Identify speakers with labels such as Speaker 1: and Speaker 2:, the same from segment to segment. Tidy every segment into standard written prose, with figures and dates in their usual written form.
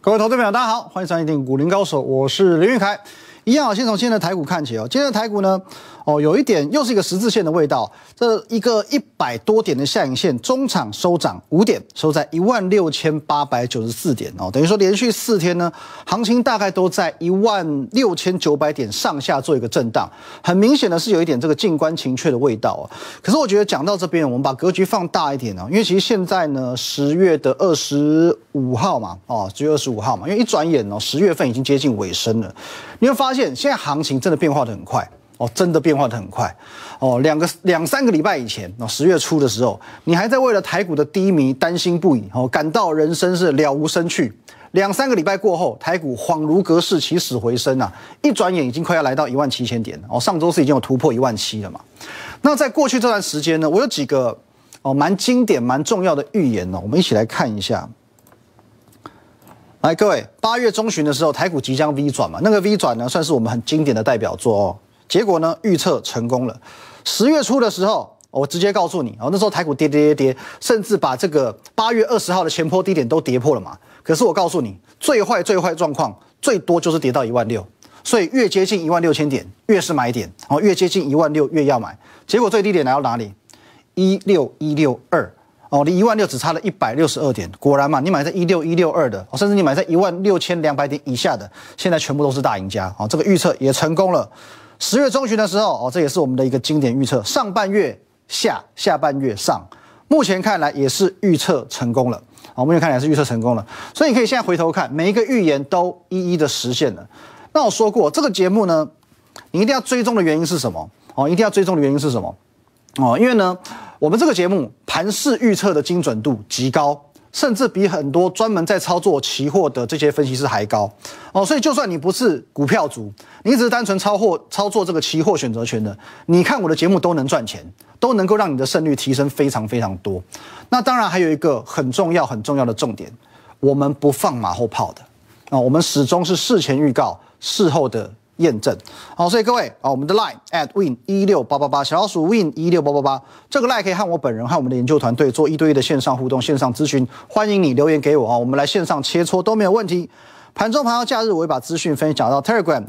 Speaker 1: 各位投资朋友，大家好，欢迎收听股林高手，我是林玉凯。一样，先从今天的台股看起哦。今天的台股呢，有一点又是一个十字线的味道。这一个100多点的下影线，中场收涨5点，收在16894点哦。等于说连续4天呢，行情大概都在16900点上下做一个震荡。很明显的是有一点这个静观情却的味道哦。可是我觉得讲到这边，我们把格局放大一点哦，因为其实现在呢，10月的25号嘛，10月25号嘛，因为一转眼哦，10月份已经接近尾声了，你会发现现在行情真的变化得很快。真的变化得很快两三个礼拜以前10月初的时候，你还在为了台股的低迷担心不已感到人生是了无生趣。2-3个礼拜过后，台股恍如隔世，起死回生啊！一转眼已经快要来到17000点上周四已经有突破17000了嘛。那在过去这段时间呢，我有几个蛮经典、蛮重要的预言我们一起来看一下。来，各位，8月中旬的时候，台股即将 V 转嘛，那个 V 转呢，算是我们很经典的代表作结果呢，预测成功了。10月初的时候，我直接告诉你，那时候台股跌，甚至把这个8月20号的前波低点都跌破了嘛。可是我告诉你，最坏状况，最多就是跌到16000，所以越接近16000点，越是买点越接近16000越要买。结果最低点来到哪里？16162离16000只差了162点。果然嘛，你买在16162的甚至你买在16200点以下的，现在全部都是大赢家这个预测也成功了。10月中旬的时候这也是我们的一个经典预测，上半月下，下半月上，目前看来也是预测成功了目前看来是预测成功了。所以你可以现在回头看，每一个预言都一一的实现了。那我说过，这个节目呢，你一定要追踪的原因是什么一定要追踪的原因是什么因为呢，我们这个节目盘势预测的精准度极高，甚至比很多专门在操作期货的这些分析师还高所以就算你不是股票族，你只是单纯操作这个期货选择权的，你看我的节目都能赚钱，都能够让你的胜率提升非常非常多。那当然还有一个很重要的重点，我们不放马后炮的我们始终是事前预告，事后的验证所以各位我们的 LINE @win16888 小老鼠 win16888 这个 LINE 可以和我本人和我们的研究团队做1对1的线上互动、线上咨询，欢迎你留言给我我们来线上切磋都没有问题。盘中盘后假日我会把资讯分享到 Telegram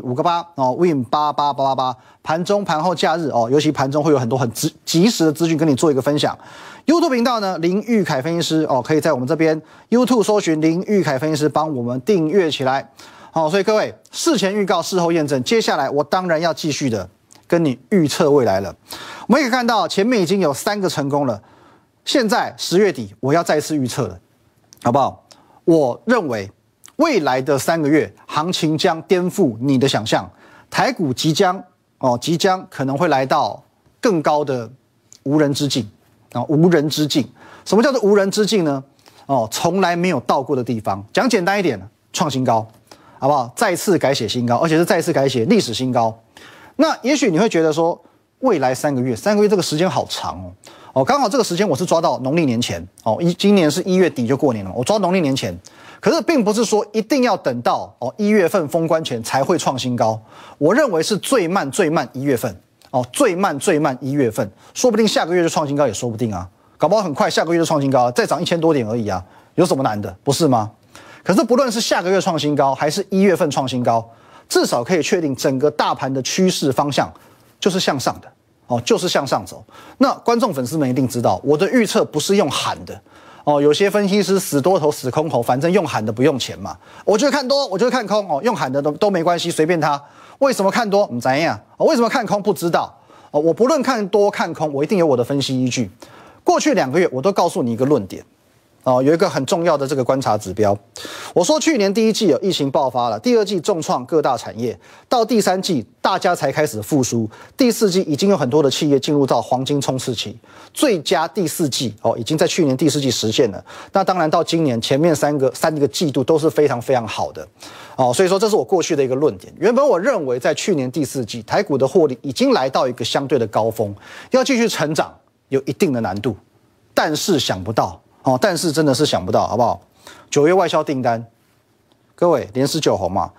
Speaker 1: win588win88888 盘中盘后假日尤其盘中会有很多很及时的资讯跟你做一个分享。YouTube 频道呢，林玉凯分析师可以在我们这边 YouTube 搜寻林玉凯分析师，帮我们订阅起来所以各位，事前预告，事后验证。接下来我当然要继续的跟你预测未来了。我们可以看到前面已经有3个成功了，现在10月底我要再次预测了，好不好？我认为未来的3个月行情将颠覆你的想象，台股即将可能会来到更高的无人之境无人之境。什么叫做无人之境呢？从来没有到过的地方。讲简单一点，创新高。好不好？再次改写新高，而且是再次改写历史新高。那也许你会觉得说，未来3个月这个时间好长刚好这个时间我是抓到农历年前今年是1月底就过年了，我抓农历年前。可是并不是说一定要等到1月份封关前才会创新高，我认为是最慢1月份最慢1月份，说不定下个月就创新高也说不定啊，搞不好很快下个月就创新高，再涨1000多点而已啊，有什么难的，不是吗？可是不论是下个月创新高，还是1月份创新高，至少可以确定整个大盘的趋势方向就是向上的就是向上走。那观众粉丝们一定知道，我的预测不是用喊的有些分析师死多头死空头，反正用喊的不用钱嘛，我就会看多，我就会看空用喊的都没关系，随便他。为什么看多？怎样为什么看空？不知道我不论看多看空，我一定有我的分析依据。过去2个月我都告诉你一个论点有一个很重要的这个观察指标，我说去年第1季有疫情爆发了，第2季重创各大产业，到第3季大家才开始复苏，第4季已经有很多的企业进入到黄金冲刺期，最佳第4季已经在去年第4季实现了。那当然到今年前面三个季度都是非常非常好的所以说这是我过去的一个论点。原本我认为在去年第4季台股的获利已经来到一个相对的高峰，要继续成长有一定的难度，但是想不到但是真的是想不到，好不好？9月外销订单，各位连19红嘛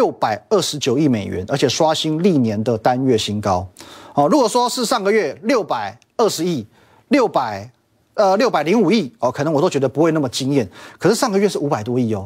Speaker 1: ，629亿美元，而且刷新历年的单月新高。如果说是上个月620亿，605亿可能我都觉得不会那么惊艳。可是上个月是500多亿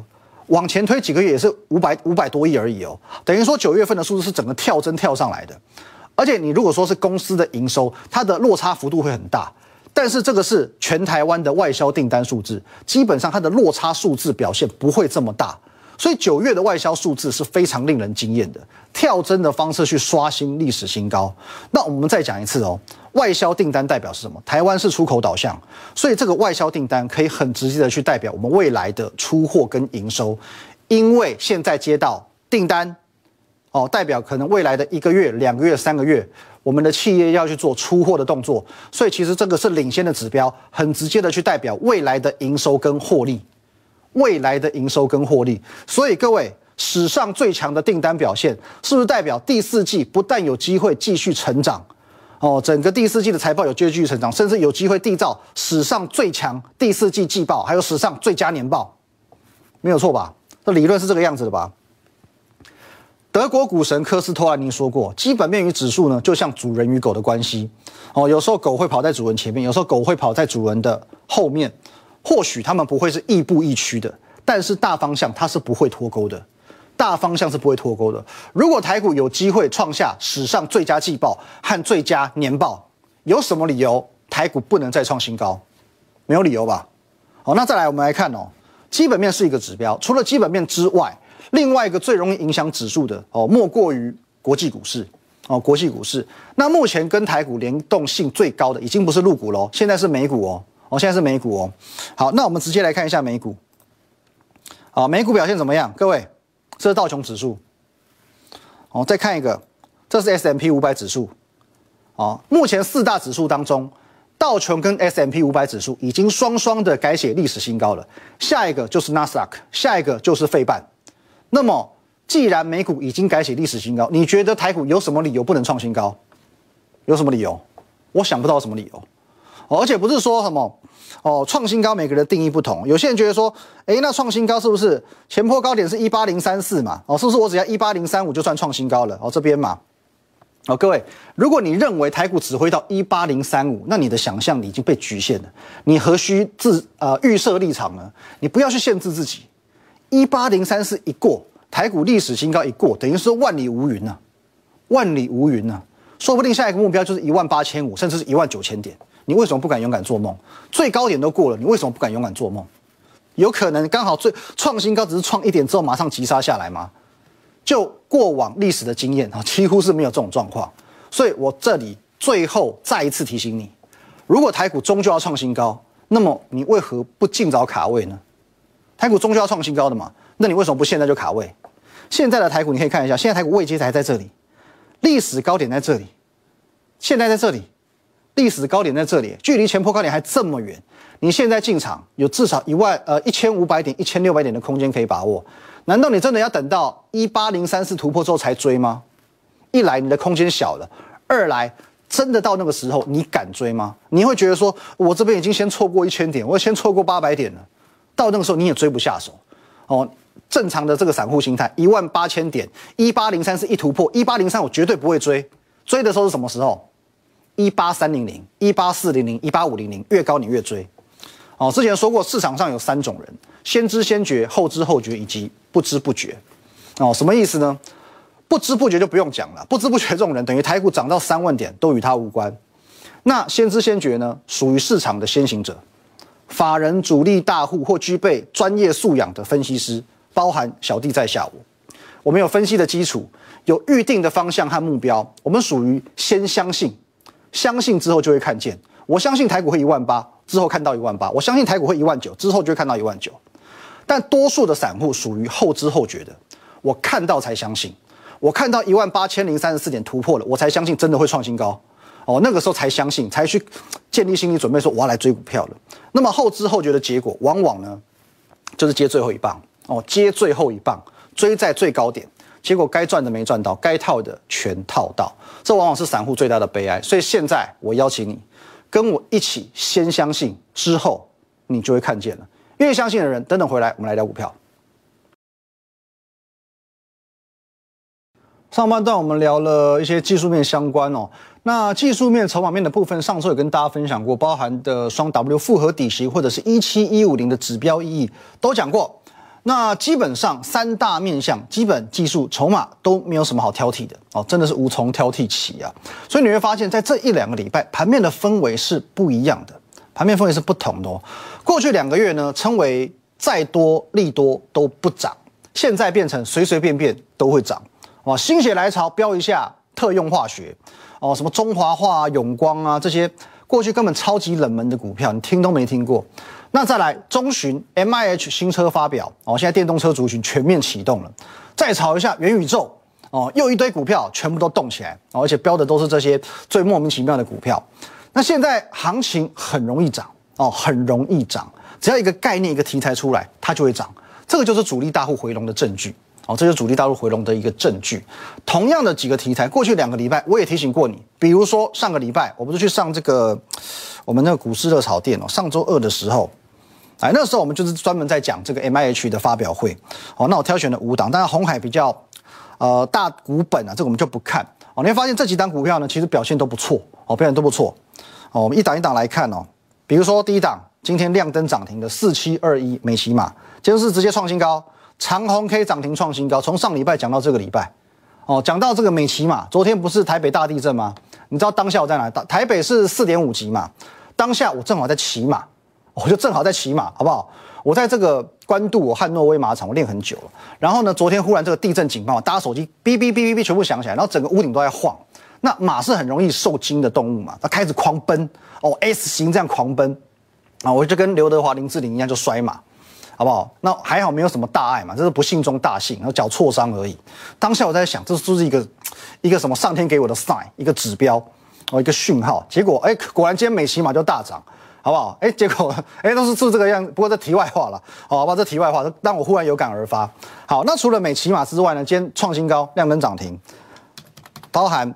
Speaker 1: 往前推几个月也是500多亿而已哦，等于说9月份的数字是整个跳增跳上来的。而且你如果说是公司的营收，它的落差幅度会很大，但是这个是全台湾的外销订单数字，基本上它的落差数字表现不会这么大，所以9月的外销数字是非常令人惊艳的，跳增的方式去刷新历史新高。那我们再讲一次哦，外销订单代表是什么？台湾是出口导向，所以这个外销订单可以很直接的去代表我们未来的出货跟营收，因为现在接到订单。代表可能未来的1个月、2个月、3个月，我们的企业要去做出货的动作，所以其实这个是领先的指标，很直接的去代表未来的营收跟获利，未来的营收跟获利。所以各位，史上最强的订单表现，是不是代表第4季不但有机会继续成长？整个第4季的财报有机会继续成长，甚至有机会缔造史上最强第4季季报，还有史上最佳年报，没有错吧？这理论是这个样子的吧？德国股神科斯托兰尼说过，基本面与指数呢，就像主人与狗的关系。有时候狗会跑在主人前面，有时候狗会跑在主人的后面。或许他们不会是亦步亦趋的，但是大方向它是不会脱钩的。大方向是不会脱钩的。如果台股有机会创下史上最佳季报和最佳年报，有什么理由台股不能再创新高？没有理由吧？那再来我们来看基本面是一个指标，除了基本面之外。另外一个最容易影响指数的莫过于国际股市国际股市。那目前跟台股联动性最高的已经不是陆股喽，现在是美股现在是美股好，那我们直接来看一下美股。美股表现怎么样？各位，这是道琼指数。再看一个，这是 S&P 500指数。目前4大指数当中，道琼跟 S&P 500指数已经双双的改写历史新高了。下一个就是纳斯达克，下一个就是费半。那么，既然美股已经改写历史新高，你觉得台股有什么理由不能创新高？有什么理由？我想不到什么理由。而且不是说什么创新高，每个人的定义不同。有些人觉得说，那创新高是不是前波高点是18034嘛？是不是我只要18035就算创新高了？这边嘛。各位，如果你认为台股只会到18035，那你的想象力已经被局限了。你何须预设立场呢？你不要去限制自己。18034一过，台股历史新高一过，等于说万里无云啊，万里无云啊，说不定下一个目标就是18500，甚至是19000点。你为什么不敢勇敢做梦？最高点都过了，你为什么不敢勇敢做梦？有可能刚好创新高只是创1点之后马上急杀下来吗？就过往历史的经验几乎是没有这种状况。所以我这里最后再一次提醒你，如果台股终究要创新高，那么你为何不尽早卡位呢？台股终究要创新高的嘛，那你为什么不现在就卡位？现在的台股你可以看一下，现在台股位阶才在这里，历史高点在这里，现在在这里，历史高点在这里，距离前波高点还这么远，你现在进场有至少1500点、1600点的空间可以把握。难道你真的要等到18034突破之后才追吗？一来你的空间小了，二来真的到那个时候你敢追吗？你会觉得说我这边已经先错过1000点，我先错过800点了。到那个时候你也追不下手正常的这个散户心态，18000点，18034一突破，18035我绝对不会追，追的时候是什么时候？18300、18400、18500，越高你越追。之前说过市场上有3种人：先知先觉、后知后觉以及不知不觉。什么意思呢？不知不觉就不用讲了，不知不觉这种人等于台股涨到3万点都与他无关。那先知先觉呢，属于市场的先行者。法人、主力大户或具备专业素养的分析师，包含小弟在下我们有分析的基础，有预定的方向和目标，我们属于先相信，相信之后就会看见。我相信台股会18000，之后看到18000；我相信台股会19000，之后就会看到19000。但多数的散户属于后知后觉的，我看到才相信，我看到18034点突破了，我才相信真的会创新高。那个时候才相信，才去建立心理准备，说我要来追股票了。那么后知后觉的结果，往往呢，就是接最后一棒接最后一棒，追在最高点，结果该赚的没赚到，该套的全套到，这往往是散户最大的悲哀。所以现在我邀请你，跟我一起先相信，之后你就会看见了。愿意相信的人，等等回来我们来聊股票。上半段我们聊了一些技术面相关那技术面、筹码面的部分，上周有跟大家分享过，包含的双 W 复合底型或者是17150的指标意义都讲过。 那基本上3大面向，基本技术、筹码都没有什么好挑剔的哦，真的是无从挑剔起啊。所以你会发现在这1-2个礼拜，盘面的氛围是不一样的，盘面氛围是不同的哦。过去2个月呢，称为再多利多都不涨，现在变成随随便便都会涨哦。心血来潮标一下特用化学哦，什么中华化啊、永光啊这些。过去根本超级冷门的股票，你听都没听过。那再来中旬 MIH 新车发表哦，现在电动车族群全面启动了。再炒一下元宇宙哦，又一堆股票全部都动起来哦，而且标的都是这些最莫名其妙的股票。那现在行情很容易涨哦，很容易涨，只要一个概念、一个题材出来，它就会涨。这个就是主力大户回笼的证据。哦，这就是主力大陆回笼的一个证据。同样的几个题材，过去2个礼拜我也提醒过你，比如说上个礼拜我不是去上这个我们那个股市热炒店哦，上周2的时候，那时候我们就是专门在讲这个 MIH 的发表会。哦，那我挑选了5档，当然鸿海比较大股本啊，这个我们就不看。哦，你会发现这几档股票呢，其实表现都不错哦，表现都不错。哦，我们一档一档来看哦，比如说第一档今天亮灯涨停的4721美琪玛，今天是直接创新高。长虹 K 涨停创新高，从上礼拜讲到这个礼拜，哦，讲到这个美琪玛，昨天不是台北大地震吗？你知道当下我在哪？台北是4.5级嘛，当下我正好在骑马，我就正好在骑马，好不好？我在这个关渡，我汉诺威马场，我练很久了。然后呢，昨天忽然这个地震警报，大家手机哔哔哔哔哔全部响起来，然后整个屋顶都在晃。那马是很容易受惊的动物嘛，它开始狂奔，哦 S 型这样狂奔，啊，我就跟刘德华、林志玲一样就摔马。好不好？那还好没有什么大碍嘛，这是不幸中大幸，然后脚挫伤而已。当下我在想，这是不是一个什么上天给我的 sign， 一个指标哦，一个讯号。结果果然今天美琪玛就大涨，好不好？结果都是这个样子。不过这题外话了，好吧，这题外话，让我忽然有感而发。好，那除了美琪玛之外呢，今天创新高，亮灯涨停，包含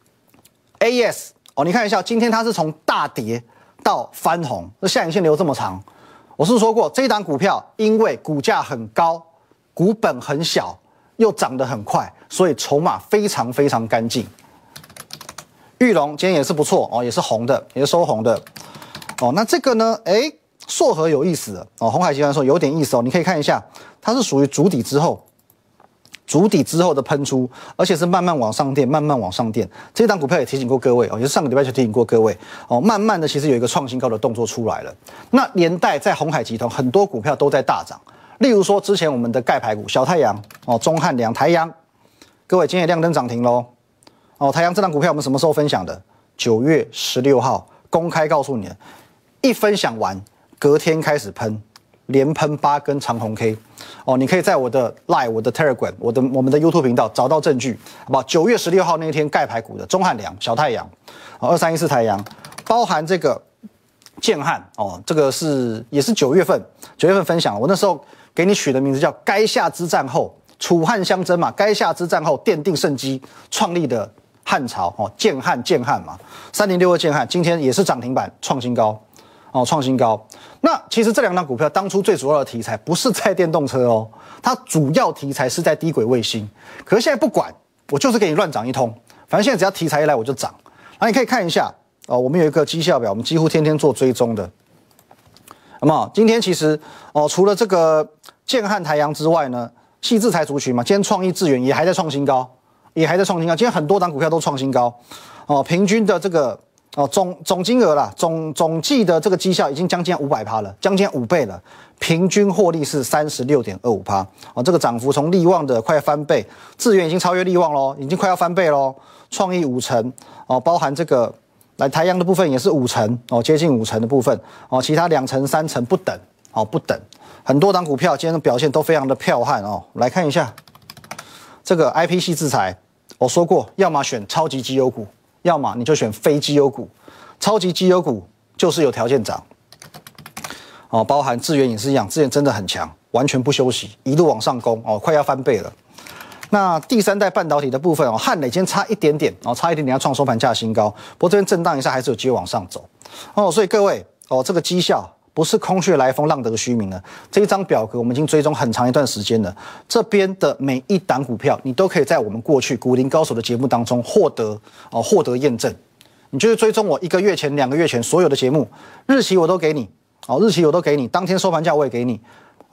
Speaker 1: AES 哦，你看一下，今天它是从大跌到翻红，这下影线留这么长。我是说过，这一档股票因为股价很高，股本很小，又涨得很快，所以筹码非常非常干净。裕隆今天也是不错哦，也是红的，也是收红的。哦，那这个呢？硕和有意思了哦，鸿海集团说有点意思哦，你可以看一下，它是属于筑底之后的喷出，而且是慢慢往上垫，慢慢往上垫。这一档股票也提醒过各位哦，也是上个礼拜就提醒过各位哦，慢慢的其实有一个创新高的动作出来了。那连带在鸿海集团很多股票都在大涨，例如说之前我们的钙牌股小太阳哦，中汉良、台阳，各位今天也亮灯涨停喽。哦，台阳这档股票我们什么时候分享的？9月16号公开告诉你的，一分享完，隔天开始喷。连喷8根长红 K， 哦，你可以在我的 Line、我的 Telegram、我们的 YouTube 频道找到证据，好不好？9月16号那天钙牌股的中汉良、小太阳，2314太阳，包含这个建汉哦，这个也是9月份分享，我那时候给你取的名字叫垓下之战后，楚汉相争嘛，垓下之战后奠定胜机，创立的汉朝哦，建汉嘛，3062建汉，今天也是涨停板创新高。哦，创新高。那其实这2档股票当初最主要的题材不是在电动车哦，它主要题材是在低轨卫星。可是现在不管，我就是给你乱涨一通，反正现在只要题材一来我就涨。那你可以看一下哦，我们有一个绩效表，我们几乎天天做追踪的，好不好？今天其实哦，除了这个建汉、台阳之外呢，矽智财族群嘛，今天创意、智原也还在创新高，今天很多档股票都创新高哦，平均的这个。哦，总金额啦，总计的这个绩效已经将近500%了，将近5倍了，平均获利是36.25%。哦，这个涨幅从力旺的快翻倍，智原已经超越力旺喽，已经快要翻倍喽。创意5成，哦，包含这个台阳的部分也是5成，哦，接近5成的部分，哦，其他2成、3成不等，哦，不等。很多档股票今天的表现都非常的彪悍哦，来看一下这个 IP 矽智财，我说过，要么选超级绩优股。要么你就选非绩优股，超级绩优股就是有条件涨，哦，包含智原也是一样，智原真的很强，完全不休息，一路往上攻，哦，快要翻倍了。那第3代半导体的部分哦，汉磊今天差一点点，哦，差一点点要创收盘价新高，不过这边震荡一下还是有机会往上走，哦，所以各位哦，这个绩效不是空穴来风、浪得虚名了。这一张表格我们已经追踪很长一段时间了，这边的每一档股票，你都可以在我们过去股林高手的节目当中获得验证。你就是追踪我1个月前、2个月前所有的节目，日期我都给你，日期我都给你，当天收盘价我也给你，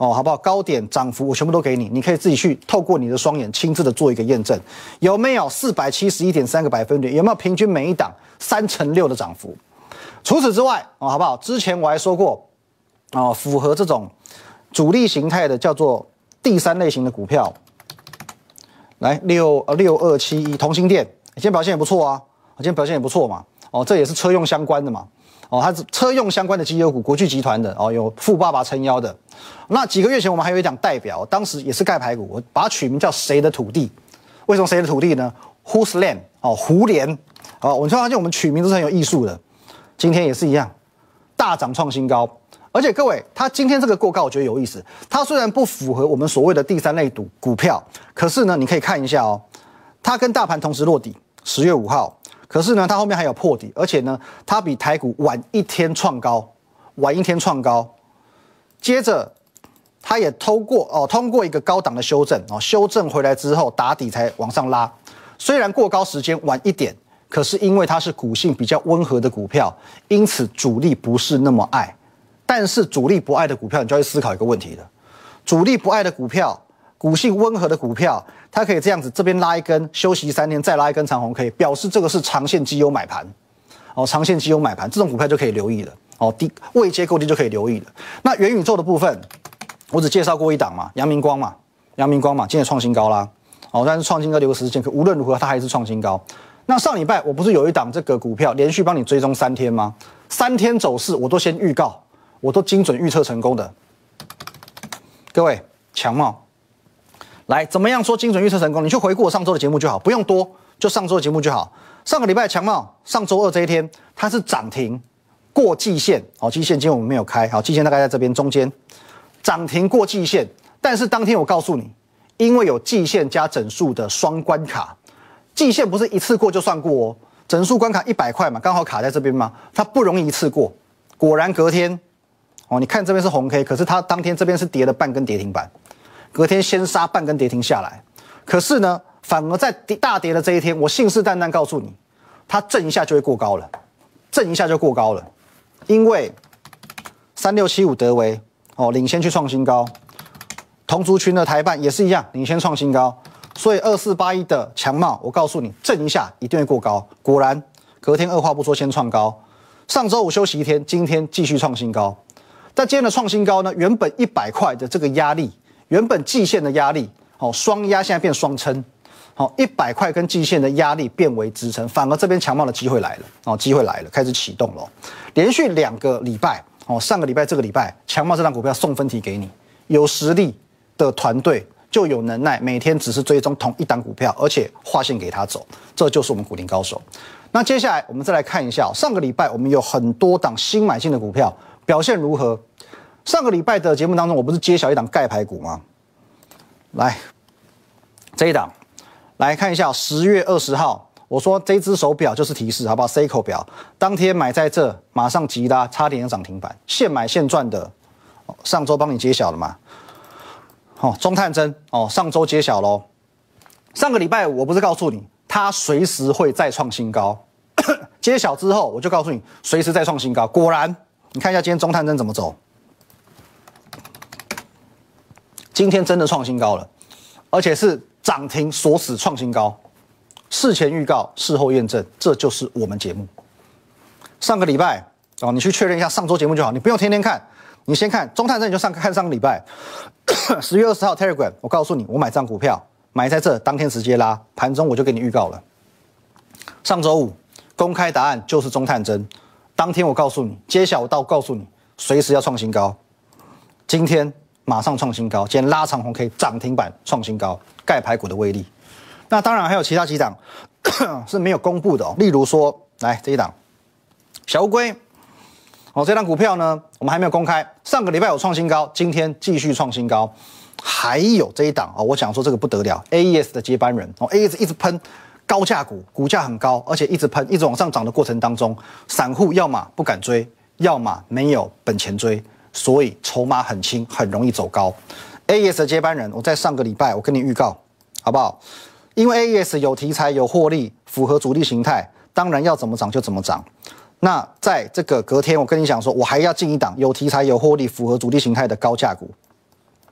Speaker 1: 好不好？高点涨幅我全部都给你，你可以自己去透过你的双眼亲自的做一个验证，有没有471.3个百分点？有没有平均每一档6%的涨幅？除此之外，好不好？之前我还说过，符合这种主力形态的叫做第三类型的股票，来6271同心电，今天表现也不错啊，今天表现也不错嘛，这也是车用相关的嘛。它是车用相关的绩优股，国巨集团的有富爸爸撑腰的。那几个月前我们还有一档代表，当时也是盖牌股，我把它取名叫谁的土地？为什么谁的土地呢 ？Whose land？ 胡联。我发现我们取名都是很有艺术的。今天也是一样，大涨创新高。而且各位，它今天这个过高，我觉得有意思。它虽然不符合我们所谓的第三类股票，可是呢，你可以看一下它跟大盘同时落底，10月5号。可是呢，它后面还有破底，而且呢，它比台股晚一天创高，接着它也通过一个高档的修正，修正回来之后打底才往上拉。虽然过高时间晚一点，可是因为它是股性比较温和的股票，因此主力不是那么爱。但是主力不爱的股票，你就要去思考一个问题了：主力不爱的股票，股性温和的股票，它可以这样子，这边拉一根，休息3天，再拉一根长红 K， 表示这个是长线绩优买盘，长线绩优买盘，这种股票就可以留意了，位阶够低就可以留意了。那元宇宙的部分，我只介绍过一档嘛，阳明光嘛，今天也创新高啦，但是创新高留个时间，可无论如何它还是创新高。那上礼拜我不是有一档这个股票连续帮你追踪3天吗？3天走势我都先预告，我都精准预测成功的。各位，强茂。来，怎么样说精准预测成功？你去回顾我上周的节目就好，不用多，就上周的节目就好。上个礼拜强茂，上周二这一天它是涨停过季线，季线今天我们没有开，季线大概在这边中间，涨停过季线。但是当天我告诉你，因为有季线加整数的双关卡，季线不是一次过就算过整数关卡100块嘛，刚好卡在这边嘛，它不容易一次过。果然隔天，你看这边是红 K， 可是它当天这边是跌了半根跌停板。隔天先杀半根跌停下来，可是呢，反而在大跌的这一天，我信誓旦旦告诉你，它震一下就会过高了，因为3675德微领先去创新高，同族群的台半也是一样领先创新高，所以2481的强茂，我告诉你震一下一定会过高，果然隔天二话不说先创高，上周五休息一天，今天继续创新高，但今天的创新高呢，原本100块的这个压力。原本季线的压力，双压现在变双撑，100块跟季线的压力变为支撑，反而这边强茂的机会来了，开始启动了，连续2个礼拜，上个礼拜这个礼拜，强茂这档股票送分题给你，有实力的团队就有能耐，每天只是追踪同一档股票，而且划线给他走，这就是我们股林高手。那接下来我们再来看一下，上个礼拜我们有很多档新买进的股票表现如何？上个礼拜的节目当中，我不是揭晓一档盖牌股吗？来，这一档，来看一下10月20号，我说这只手表就是提示，好不好 ？Seiko 表当天买在这，马上急拉，差点涨停板，现买现赚的。上周帮你揭晓了嘛？中探针上周揭晓喽。上个礼拜我不是告诉你，它随时会再创新高，揭晓之后我就告诉你，随时再创新高。果然，你看一下今天中探针怎么走。今天真的创新高了，而且是涨停锁死创新高，事前预告，事后验证，这就是我们节目。上个礼拜你去确认一下上周节目就好，你不用天天看，你先看中探针，你就看上个礼拜10月20号 Telegram， 我告诉你，我买这张股票，买在这，当天直接拉，盘中我就给你预告了。上周五公开答案就是中探针，当天我告诉你，揭晓到告诉你，随时要创新高，今天。马上创新高，今天拉长红 K 涨停板创新高，盖牌股的威力。那当然还有其他几档是没有公布的例如说，来这一档小乌龟，这档股票呢我们还没有公开，上个礼拜有创新高，今天继续创新高。还有这一档我想说这个不得了 ，AES 的接班人，AES 一直喷高价股，股价很高，而且一直喷，一直往上涨的过程当中，散户要么不敢追，要么没有本钱追。所以筹码很轻，很容易走高。AES 的接班人，我在上个礼拜我跟你预告，好不好？因为 AES 有题材、有获利，符合主力形态，当然要怎么涨就怎么涨。那在这个隔天，我跟你讲说，我还要进一档有题材、有获利、符合主力形态的高价股。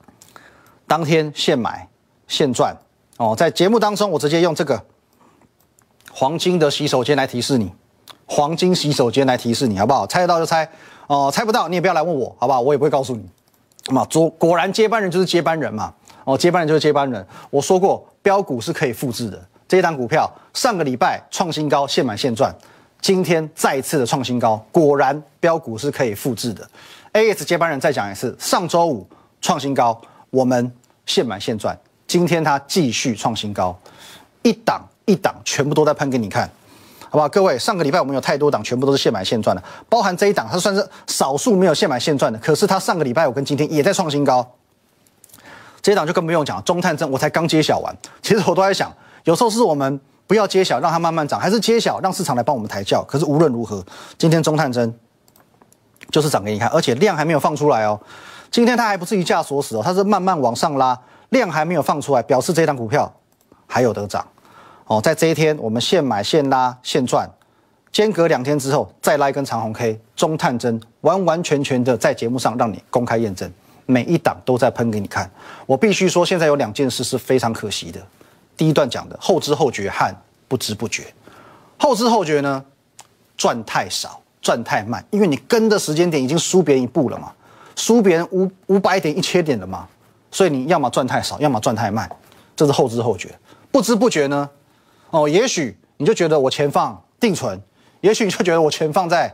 Speaker 1: 当天现买现赚哦。在节目当中，我直接用这个黄金的洗手间来提示你，黄金洗手间来提示你，好不好？猜得到就猜哦，猜不到你也不要来问我，好不好？我也不会告诉你。嘛，果然接班人就是接班人嘛，哦，接班人就是接班人。我说过，标股是可以复制的。这一档股票上个礼拜创新高，现买现赚，今天再一次的创新高，果然标股是可以复制的。AS 接班人再讲一次，上周五创新高，我们现买现赚，今天它继续创新高，一档一档全部都在喷给你看，好不好？各位，上个礼拜我们有太多档全部都是现买现赚的，包含这一档，它算是少数没有现买现赚的，可是它上个礼拜我跟今天也在创新高。这一档就更不用讲，中探针我才刚揭晓完，其实我都在想，有时候是我们不要揭晓，让它慢慢涨，还是揭晓让市场来帮我们抬轿？可是无论如何，今天中探针就是涨给你看，而且量还没有放出来哦。今天它还不是一价锁死哦，它是慢慢往上拉，量还没有放出来，表示这档股票还有得涨哦。在这一天，我们现买现拉现赚，间隔2天之后再拉一根长红 K， 中探针完完全全的在节目上让你公开验证，每一档都在喷给你看。我必须说，现在有2件事是非常可惜的。第一段讲的后知后觉和不知不觉，后知后觉呢，赚太少。赚太慢，因为你跟的时间点已经输别人1步了嘛，输别人500点、1000点了嘛，所以你要么赚太少，要么赚太慢，这是后知后觉。不知不觉呢，哦，也许你就觉得我钱放定存，也许你就觉得我钱放在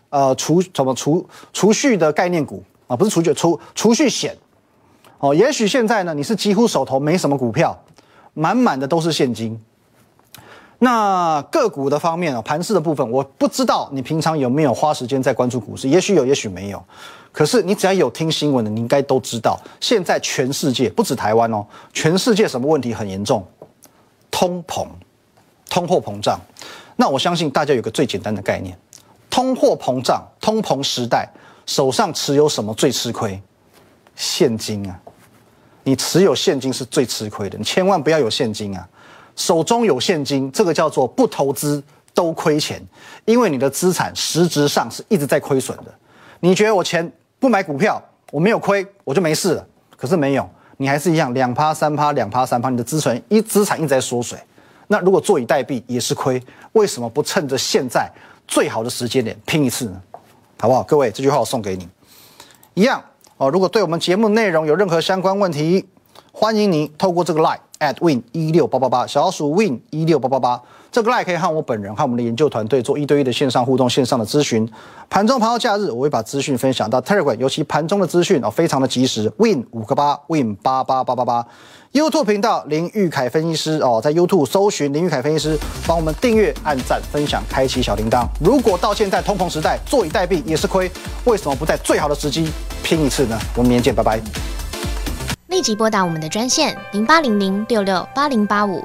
Speaker 1: 储蓄的概念股啊，不是储蓄险，哦，也许现在呢你是几乎手头没什么股票，满满的都是现金。那个股的方面盘势的部分，我不知道你平常有没有花时间在关注股市，也许有，也许没有。可是你只要有听新闻的，你应该都知道，现在全世界不止台湾哦，全世界什么问题很严重？通货膨胀。那我相信大家有个最简单的概念，通货膨胀、通膨时代，手上持有什么最吃亏？现金啊！你持有现金是最吃亏的，你千万不要有现金啊！手中有现金，这个叫做不投资都亏钱，因为你的资产实质上是一直在亏损的。你觉得我钱不买股票，我没有亏，我就没事了，可是没有，你还是一样2%、3%、2%、3%，你的资产一直在缩水。那如果坐以待毙也是亏，为什么不趁着现在最好的时间点拼一次呢？好不好？各位，这句话我送给你。一样哦，如果对我们节目内容有任何相关问题，欢迎你透过这个 LINE @win16888 小老鼠 win16888 这个 LINE 可以和我本人和我们的研究团队做1对1的线上互动、线上的咨询。盘中、盘后、假日，我会把资讯分享到 Telegram， 尤其盘中的资讯非常的及时。win588 win88888 YouTube 频道林玉凯分析师在 YouTube 搜寻林玉凯分析师，帮我们订阅、按赞、分享、开启小铃铛。如果到现在通膨时代坐以待毙也是亏，为什么不在最好的时机拼一次呢？我们明天见，拜拜。
Speaker 2: 立即拨打我们的专线0800668085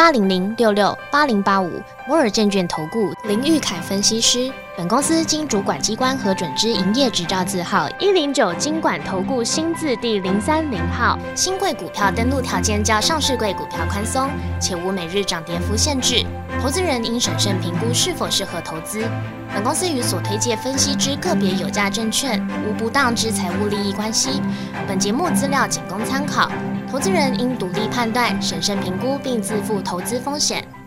Speaker 2: 0800668085摩尔证券投顾林玉凯分析师。本公司经主管机关核准之营业执照字号109金管投顾新字第030号。新贵股票登录条件较上市贵股票宽松，且无每日涨跌幅限制。投资人应审慎评估是否适合投资。本公司与所推介分析之个别有价证券无不当之财务利益关系。本节目资料仅供参考，投资人应独立判断、审慎评估并自负投资风险。